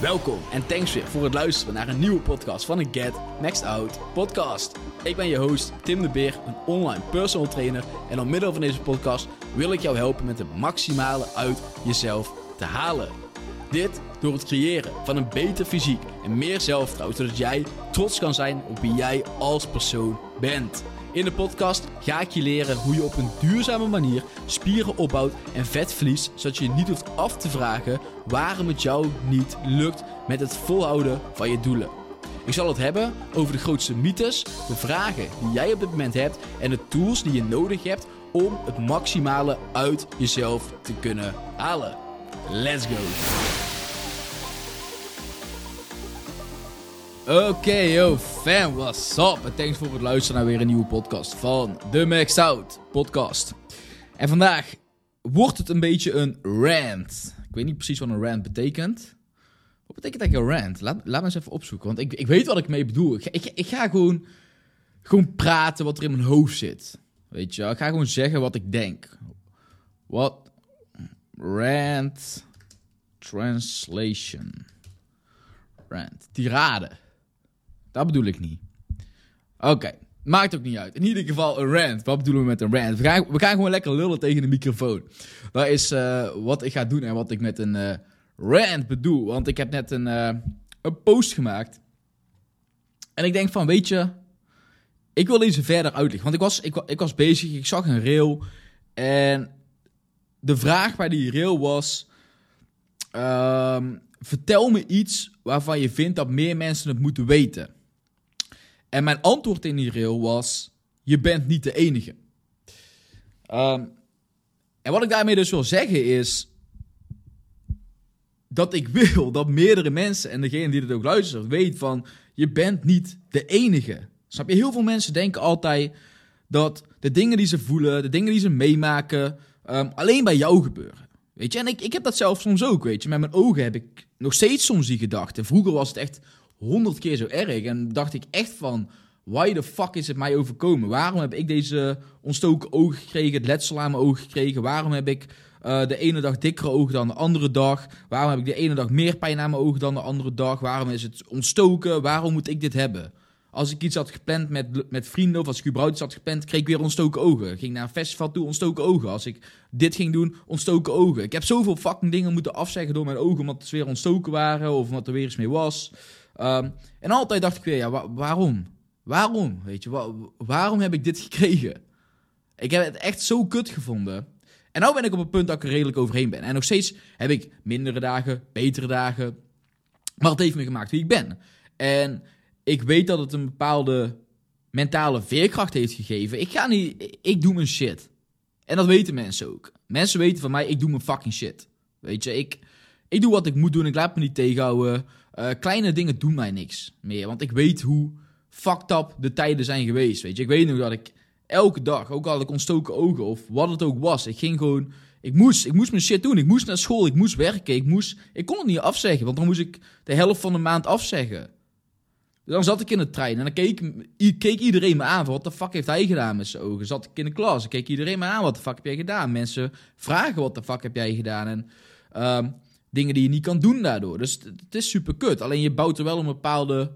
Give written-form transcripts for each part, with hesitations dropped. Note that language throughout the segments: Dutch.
Welkom en thanks weer voor het luisteren naar een nieuwe podcast van de Get Maxed Out podcast. Ik ben je host Tim de Beer, een online personal trainer. En door middel van deze podcast wil ik jou helpen met het maximale uit jezelf te halen. Dit door het creëren van een beter fysiek en meer zelfvertrouwen, zodat jij trots kan zijn op wie jij als persoon bent. In de podcast ga ik je leren hoe je op een duurzame manier spieren opbouwt en vet verliest, zodat je je niet hoeft af te vragen waarom het jou niet lukt met het volhouden van je doelen. Ik zal het hebben over de grootste mythes, de vragen die jij op dit moment hebt en de tools die je nodig hebt om het maximale uit jezelf te kunnen halen. Let's go! Oké, yo fam, what's up? En thanks voor het luisteren naar weer een nieuwe podcast van de Maxed Out podcast. En vandaag wordt het een beetje een rant. Ik weet niet precies wat een rant betekent. Wat betekent eigenlijk een rant? Laat me eens even opzoeken, want ik weet wat ik mee bedoel. Ik ga gewoon praten wat er in mijn hoofd zit. Weet je, ik ga gewoon zeggen wat ik denk. What? Rant. Translation. Rant. Tirade. Dat bedoel ik niet. Oké, maakt ook niet uit. In ieder geval een rant. Wat bedoelen we met een rant? We gaan gewoon lekker lullen tegen de microfoon. Dat is wat ik ga doen en wat ik met een rant bedoel. Want ik heb net een post gemaakt. En ik denk van, weet je, ik wil deze verder uitleggen. Want ik was bezig, ik zag een reel. En de vraag bij die reel was, vertel me iets waarvan je vindt dat meer mensen het moeten weten. En mijn antwoord in die reel was, je bent niet de enige. En wat ik daarmee dus wil zeggen is, dat ik wil dat meerdere mensen, en degene die dit ook luistert, weet van, je bent niet de enige. Snap je? Heel veel mensen denken altijd dat de dingen die ze voelen, de dingen die ze meemaken, alleen bij jou gebeuren. Weet je, en ik heb dat zelf soms ook, weet je. Met mijn ogen heb ik nog steeds soms die gedachten. Vroeger was het echt 100 keer zo erg. En dacht ik echt van, why the fuck is het mij overkomen? Waarom heb ik deze ontstoken ogen gekregen, het letsel aan mijn ogen gekregen? Waarom heb ik de ene dag dikkere ogen dan de andere dag? Waarom heb ik de ene dag meer pijn aan mijn ogen dan de andere dag? Waarom is het ontstoken? Waarom moet ik dit hebben? Als ik iets had gepland met vrienden of als ik überhaupt iets had gepland, kreeg ik weer ontstoken ogen. Ging naar een festival toe, ontstoken ogen. Als ik dit ging doen, ontstoken ogen. Ik heb zoveel fucking dingen moeten afzeggen door mijn ogen, omdat ze weer ontstoken waren of omdat er weer iets mee was. En altijd dacht ik weer, ja, waarom? Waarom? Weet je, waarom heb ik dit gekregen? Ik heb het echt zo kut gevonden. En nou ben ik op een punt dat ik er redelijk overheen ben. En nog steeds heb ik mindere dagen, betere dagen. Maar het heeft me gemaakt wie ik ben. En ik weet dat het een bepaalde mentale veerkracht heeft gegeven. Ik doe mijn shit. En dat weten mensen ook. Mensen weten van mij, ik doe mijn fucking shit. Weet je, ik doe wat ik moet doen. Ik laat me niet tegenhouden. Kleine dingen doen mij niks meer. Want ik weet hoe fucked up de tijden zijn geweest. Weet je, ik weet nog dat ik elke dag, ook al had ik ontstoken ogen of wat het ook was. Ik moest mijn shit doen. Ik moest naar school, ik moest werken. Ik kon het niet afzeggen, want dan moest ik de helft van de maand afzeggen. Dan zat ik in de trein en dan keek iedereen me aan van wat de fuck heeft hij gedaan met zijn ogen. Zat ik in de klas en keek iedereen me aan, wat de fuck heb jij gedaan? Mensen vragen wat de fuck heb jij gedaan en dingen die je niet kan doen daardoor. Dus het is super kut. Alleen je bouwt er wel een bepaalde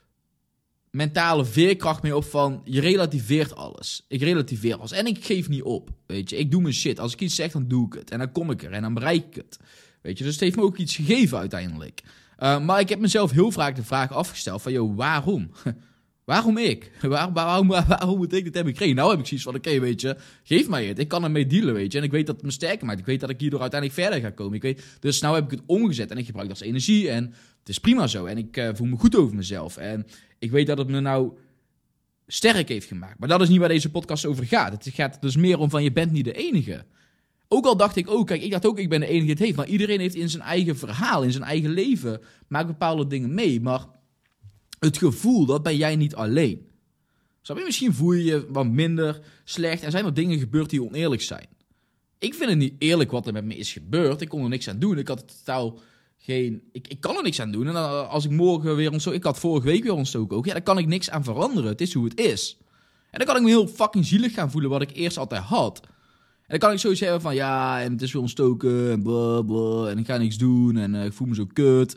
mentale veerkracht mee op van, je relativeert alles. Ik relativeer alles en ik geef niet op, weet je. Ik doe mijn shit. Als ik iets zeg, dan doe ik het. En dan kom ik er en dan bereik ik het. Weet je, dus het heeft me ook iets gegeven uiteindelijk. Maar ik heb mezelf heel vaak de vraag afgesteld van, joh, waarom? Waarom ik? Waarom moet ik dit hebben gekregen? Nou heb ik zoiets van, oké, weet je, geef mij het. Ik kan ermee dealen, weet je. En ik weet dat het me sterker maakt. Ik weet dat ik hierdoor uiteindelijk verder ga komen. Dus nou heb ik het omgezet en ik gebruik dat als energie. En het is prima zo. En ik voel me goed over mezelf. En ik weet dat het me nou sterk heeft gemaakt. Maar dat is niet waar deze podcast over gaat. Het gaat dus meer om van, je bent niet de enige. Ook al dacht ik ook, kijk, ik dacht ook, ik ben de enige die het heeft. Maar iedereen heeft in zijn eigen verhaal, in zijn eigen leven, maakt bepaalde dingen mee. Maar het gevoel, dat ben jij niet alleen. Snap je? Misschien voel je je wat minder slecht. Er zijn wat dingen gebeurd die oneerlijk zijn. Ik vind het niet eerlijk wat er met me is gebeurd. Ik kon er niks aan doen. Ik had totaal geen... Ik kan er niks aan doen. En als ik morgen weer ontstoken... Ik had vorige week weer ontstoken ook. Ja, daar kan ik niks aan veranderen. Het is hoe het is. En dan kan ik me heel fucking zielig gaan voelen wat ik eerst altijd had. En dan kan ik zoiets hebben van, ja, en het is weer ontstoken en blablabla. En ik ga niks doen en ik voel me zo kut.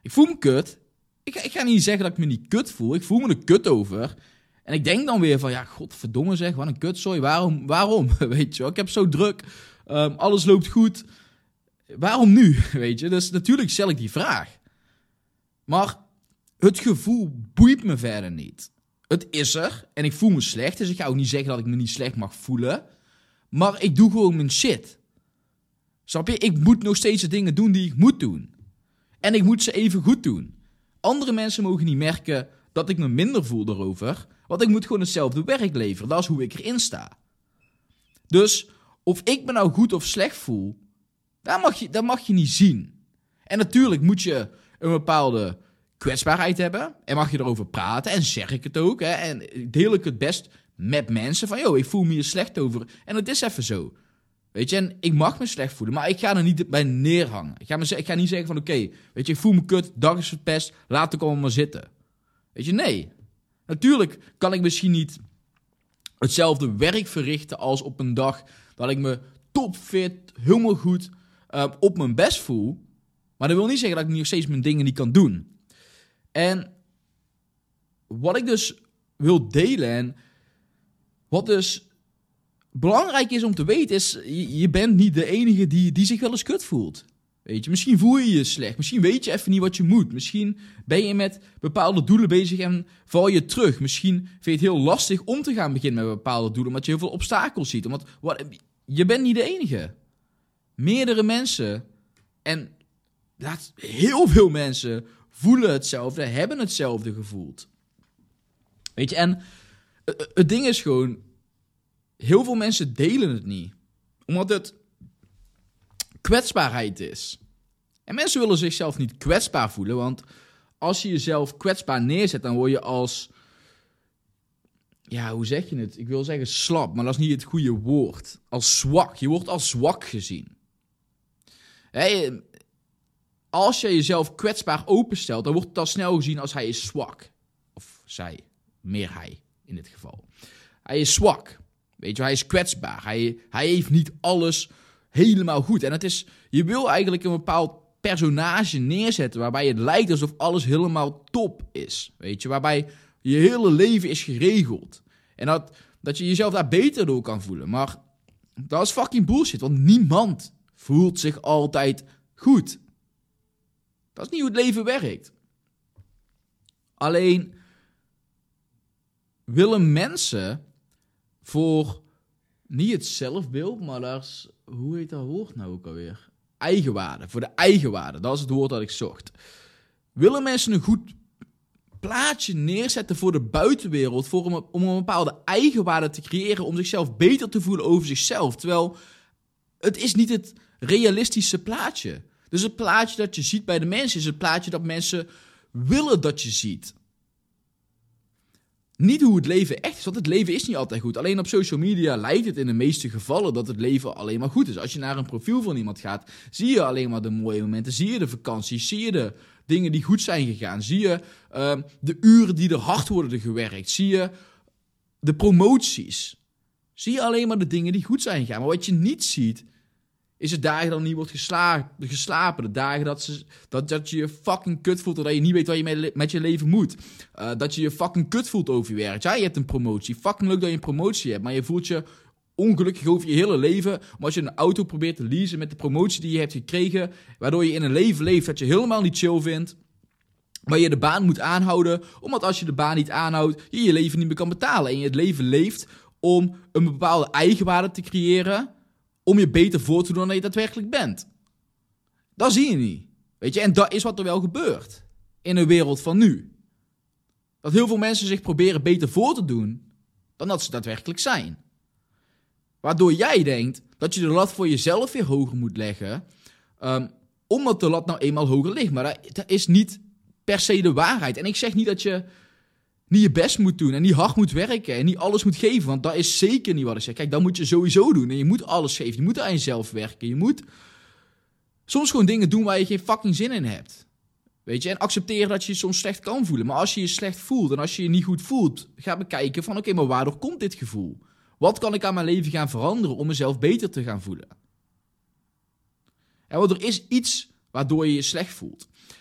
Ik voel me kut. Ik ga niet zeggen dat ik me niet kut voel. Ik voel me er kut over. En ik denk dan weer van, ja, godverdomme zeg, wat een kutzooi. Waarom? Weet je wel, ik heb zo druk. Alles loopt goed. Waarom nu? Weet je, dus natuurlijk stel ik die vraag. Maar het gevoel boeit me verder niet. Het is er en ik voel me slecht. Dus ik ga ook niet zeggen dat ik me niet slecht mag voelen. Maar ik doe gewoon mijn shit. Snap je? Ik moet nog steeds de dingen doen die ik moet doen. En ik moet ze even goed doen. Andere mensen mogen niet merken dat ik me minder voel daarover. Want ik moet gewoon hetzelfde werk leveren. Dat is hoe ik erin sta. Dus of ik me nou goed of slecht voel, dat mag je niet zien. En natuurlijk moet je een bepaalde kwetsbaarheid hebben. En mag je erover praten. En zeg ik het ook. Hè? En deel ik het best met mensen. Van, ik voel me hier slecht over. En het is even zo. Weet je, en ik mag me slecht voelen. Maar ik ga er niet bij neerhangen. Ik ga niet zeggen van, oké, weet je, ik voel me kut. Dag is verpest. Laat ik allemaal maar zitten. Weet je, nee. Natuurlijk kan ik misschien niet hetzelfde werk verrichten als op een dag dat ik me topfit, helemaal goed op mijn best voel. Maar dat wil niet zeggen dat ik nog steeds mijn dingen niet kan doen. En wat ik dus wil delen en wat dus belangrijk is om te weten is, je bent niet de enige die zich wel eens kut voelt. Weet je, misschien voel je je slecht. Misschien weet je even niet wat je moet. Misschien ben je met bepaalde doelen bezig en val je terug. Misschien vind je het heel lastig om te gaan beginnen met bepaalde doelen, omdat je heel veel obstakels ziet. Je bent niet de enige. Meerdere mensen en heel veel mensen voelen hetzelfde, hebben hetzelfde gevoeld. Weet je, en het ding is gewoon, heel veel mensen delen het niet. Omdat het kwetsbaarheid is. En mensen willen zichzelf niet kwetsbaar voelen, want als je jezelf kwetsbaar neerzet, dan word je als, ja, hoe zeg je het? Ik wil zeggen slap, maar dat is niet het goede woord. Als zwak. Je wordt als zwak gezien. Als je jezelf kwetsbaar openstelt, dan wordt het al snel gezien als hij is zwak. Of zij, meer hij in dit geval. Hij is zwak. Weet je, hij is kwetsbaar. Hij heeft niet alles helemaal goed. En je wil eigenlijk een bepaald personage neerzetten waarbij het lijkt alsof alles helemaal top is. Weet je, waarbij je hele leven is geregeld. En dat je jezelf daar beter door kan voelen. Maar dat is fucking bullshit, want niemand voelt zich altijd goed. Dat is niet hoe het leven werkt. Alleen willen mensen voor niet het zelfbeeld, maar dat is, hoe heet dat woord nou ook alweer? Eigenwaarde, voor de eigenwaarde, dat is het woord dat ik zocht. Willen mensen een goed plaatje neerzetten voor de buitenwereld, om een bepaalde eigenwaarde te creëren, om zichzelf beter te voelen over zichzelf, terwijl het is niet het realistische plaatje. Dus het plaatje dat je ziet bij de mensen is het plaatje dat mensen willen dat je ziet. Niet hoe het leven echt is, want het leven is niet altijd goed. Alleen op social media lijkt het in de meeste gevallen dat het leven alleen maar goed is. Als je naar een profiel van iemand gaat, zie je alleen maar de mooie momenten. Zie je de vakanties, zie je de dingen die goed zijn gegaan. Zie je de uren die er hard worden gewerkt. Zie je de promoties. Zie je alleen maar de dingen die goed zijn gegaan. Maar wat je niet ziet, is de dagen dat er niet wordt geslapen. De dagen dat je je fucking kut voelt. Dat je niet weet wat je met je leven moet. Dat je je fucking kut voelt over je werk. Ja, je hebt een promotie. Fucking leuk dat je een promotie hebt. Maar je voelt je ongelukkig over je hele leven. Maar als je een auto probeert te leasen met de promotie die je hebt gekregen. Waardoor je in een leven leeft dat je helemaal niet chill vindt. Waar je de baan moet aanhouden. Omdat als je de baan niet aanhoudt, je je leven niet meer kan betalen. En je het leven leeft om een bepaalde eigenwaarde te creëren, om je beter voor te doen dan je daadwerkelijk bent. Dat zie je niet. Weet je, en dat is wat er wel gebeurt. In de wereld van nu. Dat heel veel mensen zich proberen beter voor te doen dan dat ze daadwerkelijk zijn. Waardoor jij denkt dat je de lat voor jezelf weer hoger moet leggen, omdat de lat nou eenmaal hoger ligt. Maar dat is niet per se de waarheid. En ik zeg niet dat je niet je best moet doen en niet hard moet werken en niet alles moet geven, want dat is zeker niet wat ik zeg. Kijk, dat moet je sowieso doen en je moet alles geven. Je moet aan jezelf werken. Je moet soms gewoon dingen doen waar je geen fucking zin in hebt. Weet je, en accepteren dat je je soms slecht kan voelen. Maar als je je slecht voelt en als je je niet goed voelt, ga bekijken van oké, maar waardoor komt dit gevoel? Wat kan ik aan mijn leven gaan veranderen om mezelf beter te gaan voelen? En want er is iets waardoor je je slecht voelt.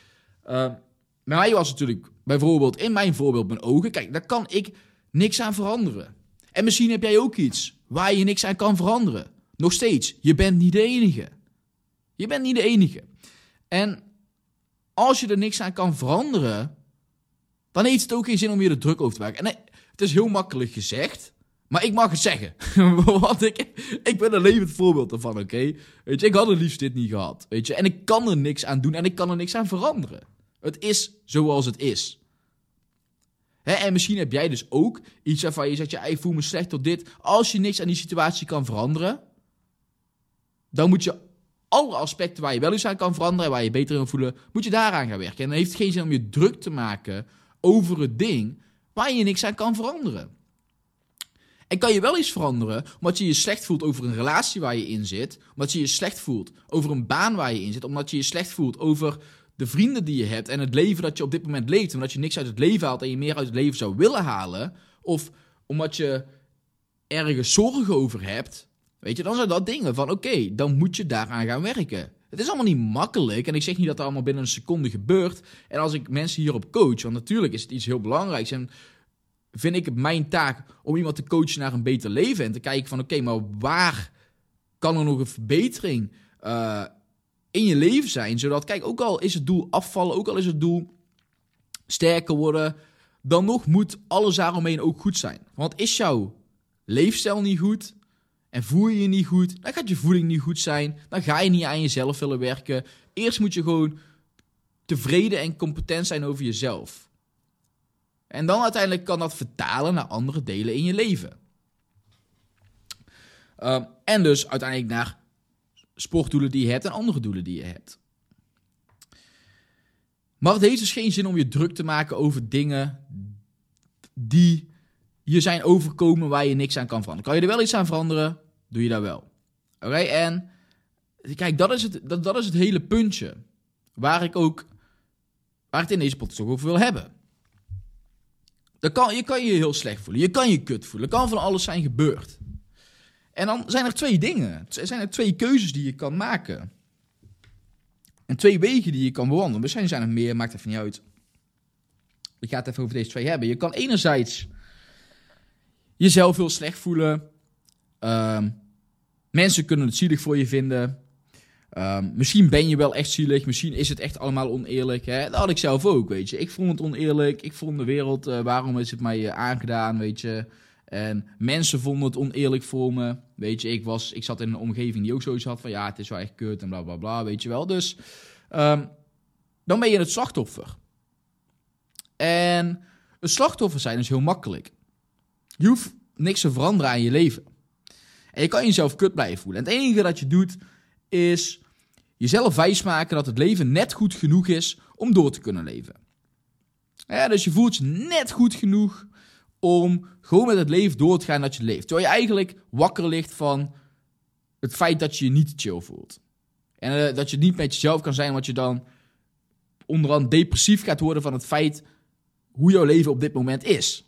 Bij mij was natuurlijk, bijvoorbeeld in mijn voorbeeld, mijn ogen. Kijk, daar kan ik niks aan veranderen. En misschien heb jij ook iets waar je niks aan kan veranderen. Nog steeds, je bent niet de enige. Je bent niet de enige. En als je er niks aan kan veranderen, dan heeft het ook geen zin om je er druk over te maken. En het is heel makkelijk gezegd, maar ik mag het zeggen. Want ik ben een levend voorbeeld ervan, oké? Weet je, ik had het liefst dit niet gehad, weet je. En ik kan er niks aan doen en ik kan er niks aan veranderen. Het is zoals het is. En misschien heb jij dus ook iets waarvan je zegt, ja, ik voel me slecht tot dit. Als je niks aan die situatie kan veranderen, dan moet je alle aspecten waar je wel iets aan kan veranderen en waar je beter in wil voelen, moet je daaraan gaan werken. En dan heeft het geen zin om je druk te maken over het ding waar je niks aan kan veranderen. En kan je wel iets veranderen omdat je je slecht voelt over een relatie waar je in zit, omdat je je slecht voelt over een baan waar je in zit, omdat je je slecht voelt over de vrienden die je hebt en het leven dat je op dit moment leeft, omdat je niks uit het leven haalt en je meer uit het leven zou willen halen, of omdat je ergens zorgen over hebt, weet je, dan zijn dat dingen van oké, dan moet je daaraan gaan werken. Het is allemaal niet makkelijk en ik zeg niet dat het allemaal binnen een seconde gebeurt. En als ik mensen hierop coach, want natuurlijk is het iets heel belangrijks en vind ik het mijn taak om iemand te coachen naar een beter leven en te kijken van oké, maar waar kan er nog een verbetering in je leven zijn, zodat, kijk, ook al is het doel afvallen, ook al is het doel sterker worden, dan nog moet alles daaromheen ook goed zijn. Want is jouw leefstijl niet goed en voel je je niet goed, dan gaat je voeding niet goed zijn, dan ga je niet aan jezelf willen werken. Eerst moet je gewoon tevreden en competent zijn over jezelf. En dan uiteindelijk kan dat vertalen naar andere delen in je leven. En dus uiteindelijk naar sportdoelen die je hebt en andere doelen die je hebt. Maar het heeft dus geen zin om je druk te maken over dingen die je zijn overkomen waar je niks aan kan veranderen. Kan je er wel iets aan veranderen, doe je dat wel. Oké? En kijk, dat is het hele puntje waar ik het in deze podcast ook over wil hebben. Je kan je heel slecht voelen, je kan je kut voelen, er kan van alles zijn gebeurd. En dan zijn er twee dingen. Er zijn er twee keuzes die je kan maken. En twee wegen die je kan bewandelen. Misschien zijn er meer, maakt even niet uit. Ik ga het even over deze twee hebben. Je kan enerzijds jezelf heel slecht voelen. Mensen kunnen het zielig voor je vinden. Misschien ben je wel echt zielig. Misschien is het echt allemaal oneerlijk. Hè? Dat had ik zelf ook, weet je. Ik vond het oneerlijk. Ik vond de wereld, waarom is het mij aangedaan, weet je. En mensen vonden het oneerlijk voor me. Weet je, ik zat in een omgeving die ook zoiets had van ja, het is wel echt kut en bla bla bla, weet je wel. Dus dan ben je het slachtoffer. En een slachtoffer zijn is heel makkelijk. Je hoeft niks te veranderen aan je leven. En je kan jezelf kut blijven voelen. En het enige dat je doet is jezelf wijsmaken dat het leven net goed genoeg is om door te kunnen leven. Ja, dus je voelt je net goed genoeg om gewoon met het leven door te gaan dat je leeft. Terwijl je eigenlijk wakker ligt van het feit dat je je niet chill voelt. En dat je niet met jezelf kan zijn, want je dan onderhand depressief gaat worden van het feit hoe jouw leven op dit moment is.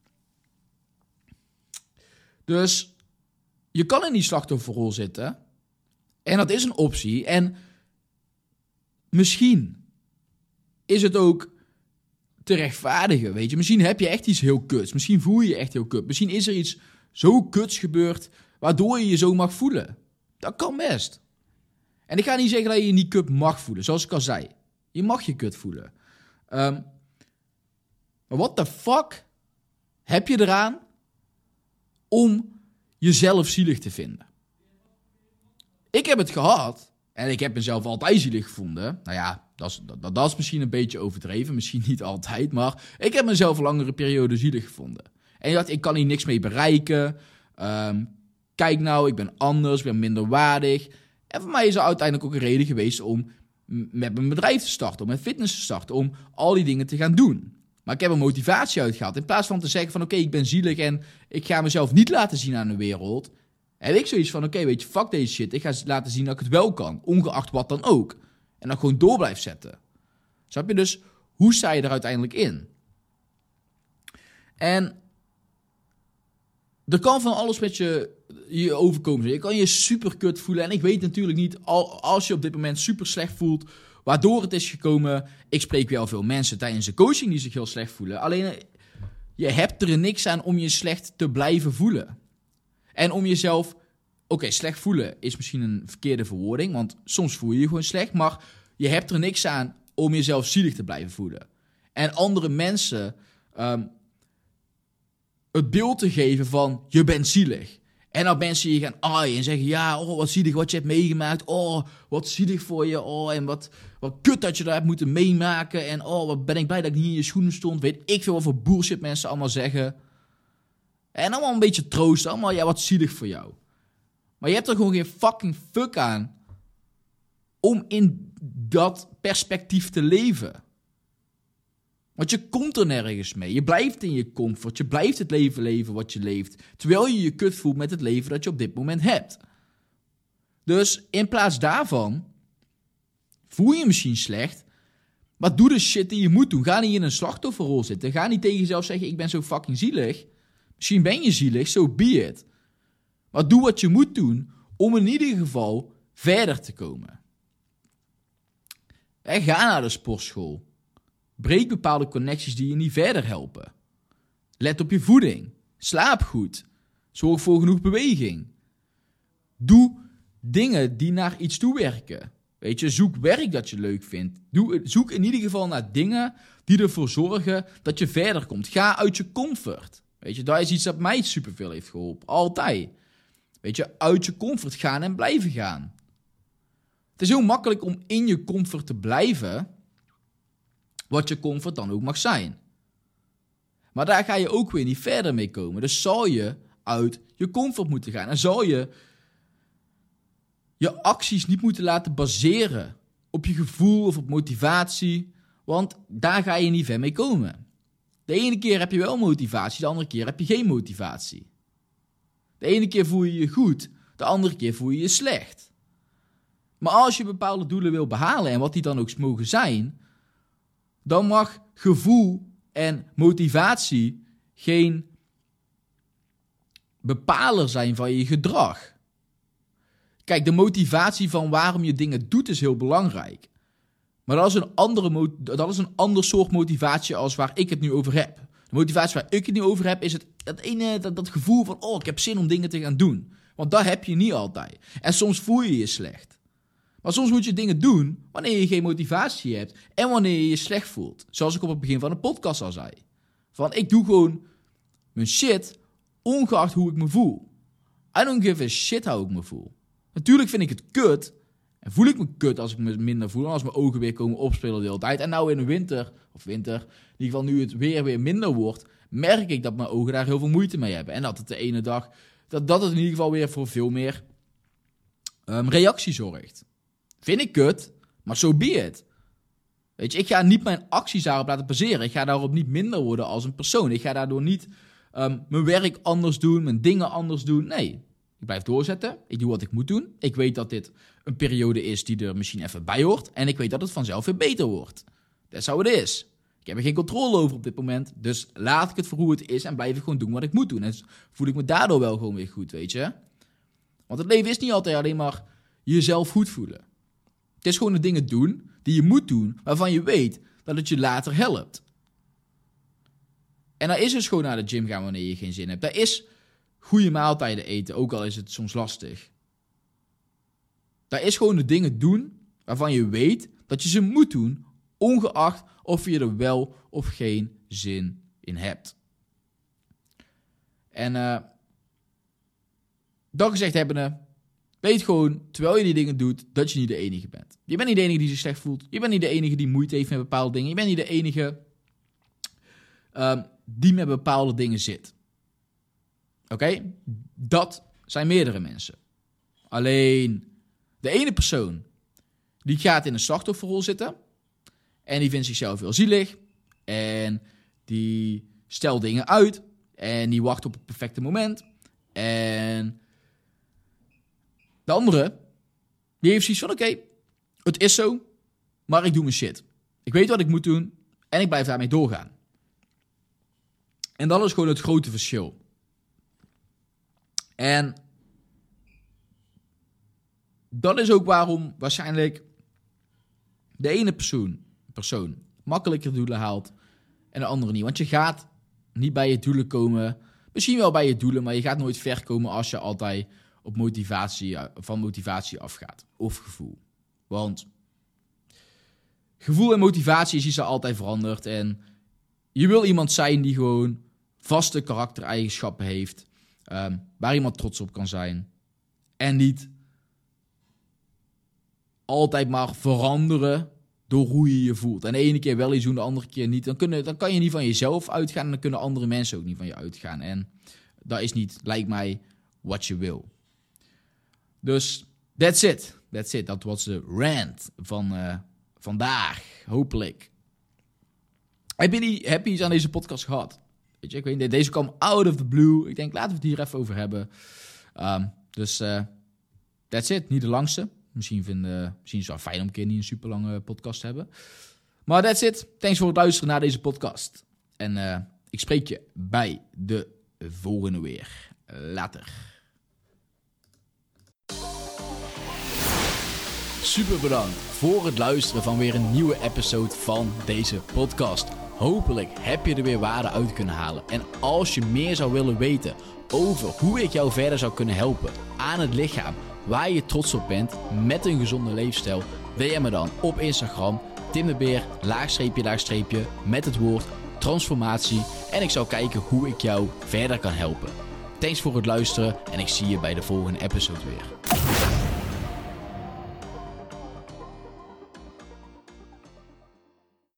Dus je kan in die slachtofferrol zitten. En dat is een optie. En misschien is het ook te rechtvaardigen, weet je. Misschien heb je echt iets heel kuts. Misschien voel je je echt heel kut. Misschien is er iets zo kuts gebeurd, waardoor je je zo mag voelen. Dat kan best. En ik ga niet zeggen dat je je niet kut mag voelen, zoals ik al zei. Je mag je kut voelen. Maar what the fuck heb je eraan om jezelf zielig te vinden? Ik heb het gehad en ik heb mezelf altijd zielig gevonden. Nou ja, dat is misschien een beetje overdreven, misschien niet altijd, maar ik heb mezelf een langere periode zielig gevonden. En ik dacht, ik kan hier niks mee bereiken. Kijk nou, ik ben anders, ik ben minder waardig. En voor mij is er uiteindelijk ook een reden geweest om met mijn bedrijf te starten, om met fitness te starten, om al die dingen te gaan doen. Maar ik heb er motivatie uitgehaald. In plaats van te zeggen van oké, ik ben zielig en ik ga mezelf niet laten zien aan de wereld, heb ik zoiets van oké, weet je, fuck deze shit. Ik ga laten zien dat ik het wel kan, ongeacht wat dan ook. En dan gewoon door blijf zetten. Snap je? Dus hoe sta je er uiteindelijk in? En er kan van alles met je overkomen. Je kan je super kut voelen. En ik weet natuurlijk niet, als je op dit moment super slecht voelt, waardoor het is gekomen. Ik spreek wel veel mensen tijdens de coaching die zich heel slecht voelen. Alleen, je hebt er niks aan om je slecht te blijven voelen. En om jezelf... Oké, slecht voelen is misschien een verkeerde verwoording, want soms voel je je gewoon slecht, maar je hebt er niks aan om jezelf zielig te blijven voelen. En andere mensen het beeld te geven van, je bent zielig. En dan mensen je gaan aaien en zeggen, ja, oh, wat zielig wat je hebt meegemaakt. Oh, wat zielig voor je. Oh, en wat kut dat je daar hebt moeten meemaken. En oh, wat ben ik blij dat ik niet in je schoenen stond. Weet ik veel wat voor bullshit mensen allemaal zeggen. En allemaal een beetje troosten. Allemaal, ja, wat zielig voor jou. Maar je hebt er gewoon geen fucking fuck aan om in dat perspectief te leven. Want je komt er nergens mee. Je blijft in je comfort. Je blijft het leven leven wat je leeft. Terwijl je je kut voelt met het leven dat je op dit moment hebt. Dus in plaats daarvan voel je misschien slecht. Maar doe de shit die je moet doen. Ga niet in een slachtofferrol zitten. Ga niet tegen jezelf zeggen, ik ben zo fucking zielig. Misschien ben je zielig, so be it. Maar doe wat je moet doen om in ieder geval verder te komen. En ga naar de sportschool. Breek bepaalde connecties die je niet verder helpen. Let op je voeding. Slaap goed. Zorg voor genoeg beweging. Doe dingen die naar iets toe werken. Weet je, zoek werk dat je leuk vindt. Zoek in ieder geval naar dingen die ervoor zorgen dat je verder komt. Ga uit je comfort. Weet je, dat is iets dat mij superveel heeft geholpen. Altijd. Weet je, uit je comfort gaan en blijven gaan. Het is heel makkelijk om in je comfort te blijven, wat je comfort dan ook mag zijn. Maar daar ga je ook weer niet verder mee komen. Dus zal je uit je comfort moeten gaan. En zal je je acties niet moeten laten baseren op je gevoel of op motivatie. Want daar ga je niet ver mee komen. De ene keer heb je wel motivatie, de andere keer heb je geen motivatie. De ene keer voel je je goed, de andere keer voel je je slecht. Maar als je bepaalde doelen wil behalen, en wat die dan ook mogen zijn, dan mag gevoel en motivatie geen bepaler zijn van je gedrag. Kijk, de motivatie van waarom je dingen doet is heel belangrijk. Maar dat is een ander soort motivatie als waar ik het nu over heb. De motivatie waar ik het nu over heb is dat gevoel van, oh, ik heb zin om dingen te gaan doen. Want dat heb je niet altijd. En soms voel je je slecht. Maar soms moet je dingen doen wanneer je geen motivatie hebt en wanneer je je slecht voelt. Zoals ik op het begin van de podcast al zei. Van, ik doe gewoon mijn shit ongeacht hoe ik me voel. I don't give a shit hoe ik me voel. Natuurlijk vind ik het kut en voel ik me kut als ik me minder voel. Als mijn ogen weer komen opspelen de hele tijd. En nou in de winter, in ieder geval nu het weer minder wordt, merk ik dat mijn ogen daar heel veel moeite mee hebben. En dat het de ene dag, dat het in ieder geval weer voor veel meer reactie zorgt. Vind ik kut, maar so be it. Weet je, ik ga niet mijn acties daarop laten baseren. Ik ga daarop niet minder worden als een persoon. Ik ga daardoor niet mijn werk anders doen, mijn dingen anders doen. Nee, ik blijf doorzetten. Ik doe wat ik moet doen. Ik weet dat dit een periode is die er misschien even bij hoort. En ik weet dat het vanzelf weer beter wordt. That's how it is. Ik heb er geen controle over op dit moment. Dus laat ik het voor hoe het is en blijf ik gewoon doen wat ik moet doen. En voel ik me daardoor wel gewoon weer goed, weet je. Want het leven is niet altijd alleen maar jezelf goed voelen. Het is gewoon de dingen doen die je moet doen, waarvan je weet dat het je later helpt. En dan is het gewoon naar de gym gaan wanneer je geen zin hebt. Dat is goede maaltijden eten, ook al is het soms lastig. Dat is gewoon de dingen doen waarvan je weet dat je ze moet doen, ongeacht of je er wel of geen zin in hebt. En dat gezegd hebbende, weet gewoon, terwijl je die dingen doet, dat je niet de enige bent. Je bent niet de enige die zich slecht voelt. Je bent niet de enige die moeite heeft met bepaalde dingen. Je bent niet de enige die met bepaalde dingen zit. Oké? Dat zijn meerdere mensen. Alleen de ene persoon, die gaat in een slachtofferrol zitten. En die vindt zichzelf heel zielig. En die stelt dingen uit. En die wacht op het perfecte moment. En de andere, die heeft zoiets van, oké, het is zo, maar ik doe mijn shit. Ik weet wat ik moet doen en ik blijf daarmee doorgaan. En dat is gewoon het grote verschil. En dat is ook waarom waarschijnlijk de ene persoon makkelijker doelen haalt en de andere niet. Want je gaat niet bij je doelen komen. Misschien wel bij je doelen, maar je gaat nooit ver komen als je altijd op van motivatie afgaat. Of gevoel. Want gevoel en motivatie is iets dat altijd verandert. En je wil iemand zijn die gewoon vaste karaktereigenschappen heeft. Waar iemand trots op kan zijn. En niet altijd maar veranderen door hoe je je voelt. En de ene keer wel iets doen, de andere keer niet. Dan kan je niet van jezelf uitgaan en dan kunnen andere mensen ook niet van je uitgaan. En dat is niet, lijkt mij, wat je wil. Dus, that's it. Dat was de rant van vandaag, hopelijk. Heb je iets aan deze podcast gehad? Weet je, ik weet niet, deze kwam out of the blue. Ik denk, laten we het hier even over hebben. Dus, that's it. Niet de langste. Misschien is het wel fijn om een keer niet een super lange podcast te hebben. Maar that's it. Thanks voor het luisteren naar deze podcast. En ik spreek je bij de volgende weer. Later. Super bedankt voor het luisteren van weer een nieuwe episode van deze podcast. Hopelijk heb je er weer waarde uit kunnen halen. En als je meer zou willen weten over hoe ik jou verder zou kunnen helpen aan het lichaam waar je trots op bent met een gezonde leefstijl, DM me dan op Instagram timdebeer __ met het woord transformatie en ik zal kijken hoe ik jou verder kan helpen. Thanks voor het luisteren en ik zie je bij de volgende episode weer.